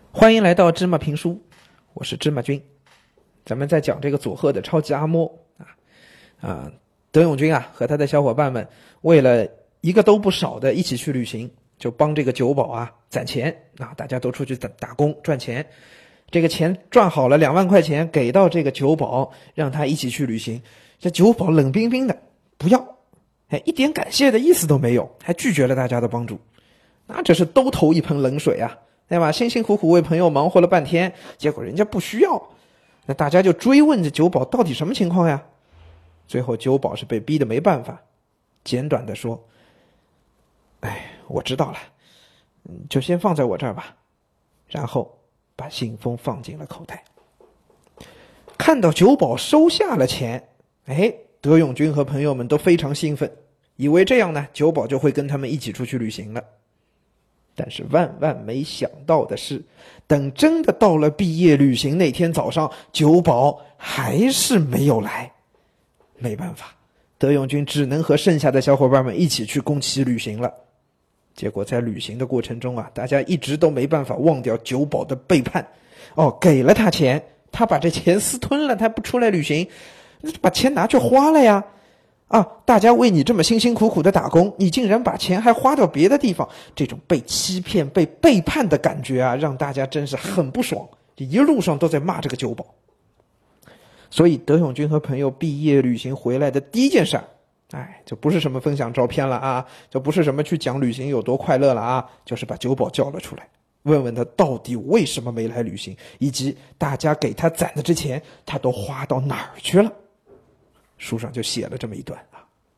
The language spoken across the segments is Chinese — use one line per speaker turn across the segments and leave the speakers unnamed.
欢迎来到芝麻评书，我是芝麻君。咱们在讲这个佐贺的超级阿嬷德永君和他的小伙伴们为了一个都不少的一起去旅行，就帮这个久保攒钱大家都出去打工赚钱。这个钱赚好了2万块钱给到这个久保，让他一起去旅行。这久保冷冰冰的不要，一点感谢的意思都没有，还拒绝了大家的帮助。那这是都投一盆冷水对吧？辛辛苦苦为朋友忙活了半天，结果人家不需要，那大家就追问这久保到底什么情况呀？最后久保是被逼得没办法，简短的说：“我知道了，就先放在我这儿吧。”然后把信封放进了口袋。看到久保收下了钱，德永君和朋友们都非常兴奋，以为这样呢，久保就会跟他们一起出去旅行了。但是万万没想到的是，等真的到了毕业旅行那天早上，久保还是没有来。没办法，德永君只能和剩下的小伙伴们一起去宫崎旅行了。结果在旅行的过程中大家一直都没办法忘掉久保的背叛。给了他钱，他把这钱私吞了，他不出来旅行，把钱拿去花了呀。大家为你这么辛辛苦苦的打工，你竟然把钱还花到别的地方，这种被欺骗被背叛的感觉让大家真是很不爽，这一路上都在骂这个久保。所以德永君和朋友毕业旅行回来的第一件事就不是什么分享照片了就不是什么去讲旅行有多快乐了就是把久保叫了出来，问问他到底为什么没来旅行，以及大家给他攒的这钱他都花到哪儿去了。书上就写了这么一段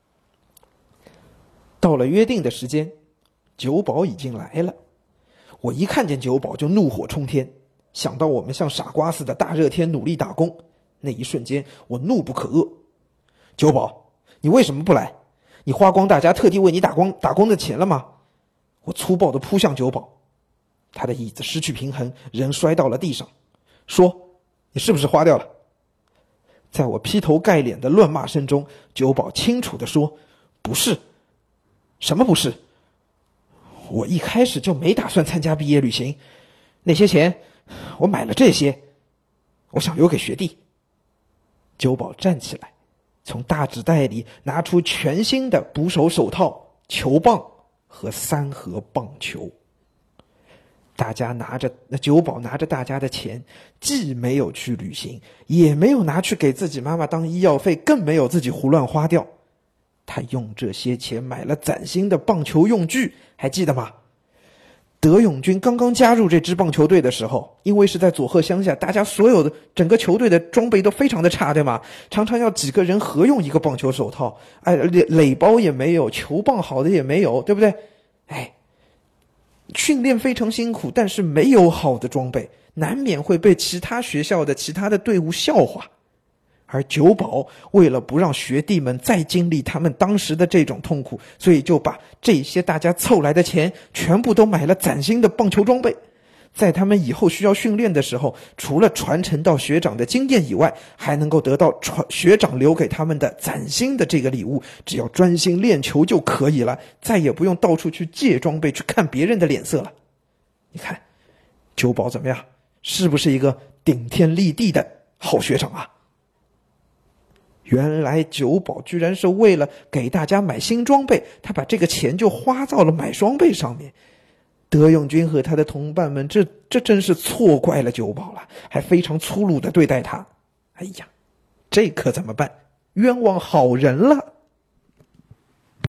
到了约定的时间，久保已经来了。我一看见久保就怒火冲天，想到我们像傻瓜似的大热天努力打工，那一瞬间我怒不可遏。久保，你为什么不来？你花光大家特地为你打工的钱了吗？我粗暴地扑向久保，他的椅子失去平衡，人摔到了地上，说：“你是不是花掉了？”在我劈头盖脸的乱骂声中，久保清楚地说：“不是。”什么不是？我一开始就没打算参加毕业旅行，那些钱我买了这些，我想留给学弟。久保站起来，从大纸袋里拿出全新的捕手手套、球棒和3盒棒球。久保拿着大家的钱，既没有去旅行，也没有拿去给自己妈妈当医药费，更没有自己胡乱花掉。他用这些钱买了崭新的棒球用具，还记得吗？德永君刚刚加入这支棒球队的时候，因为是在佐贺乡下，大家所有的整个球队的装备都非常的差，对吗？常常要几个人合用一个棒球手套，垒包也没有，球棒好的也没有，对不对？训练非常辛苦，但是没有好的装备，难免会被其他学校的其他的队伍笑话。而久保为了不让学弟们再经历他们当时的这种痛苦，所以就把这些大家凑来的钱全部都买了崭新的棒球装备。在他们以后需要训练的时候，除了传承到学长的经验以外，还能够得到学长留给他们的崭新的这个礼物，只要专心练球就可以了，再也不用到处去借装备，去看别人的脸色了。你看久保怎么样？是不是一个顶天立地的好学长原来久保居然是为了给大家买新装备，他把这个钱就花到了买装备上面。德永君和他的同伴们这真是错怪了久保了，还非常粗鲁地对待他。这可怎么办？冤枉好人了。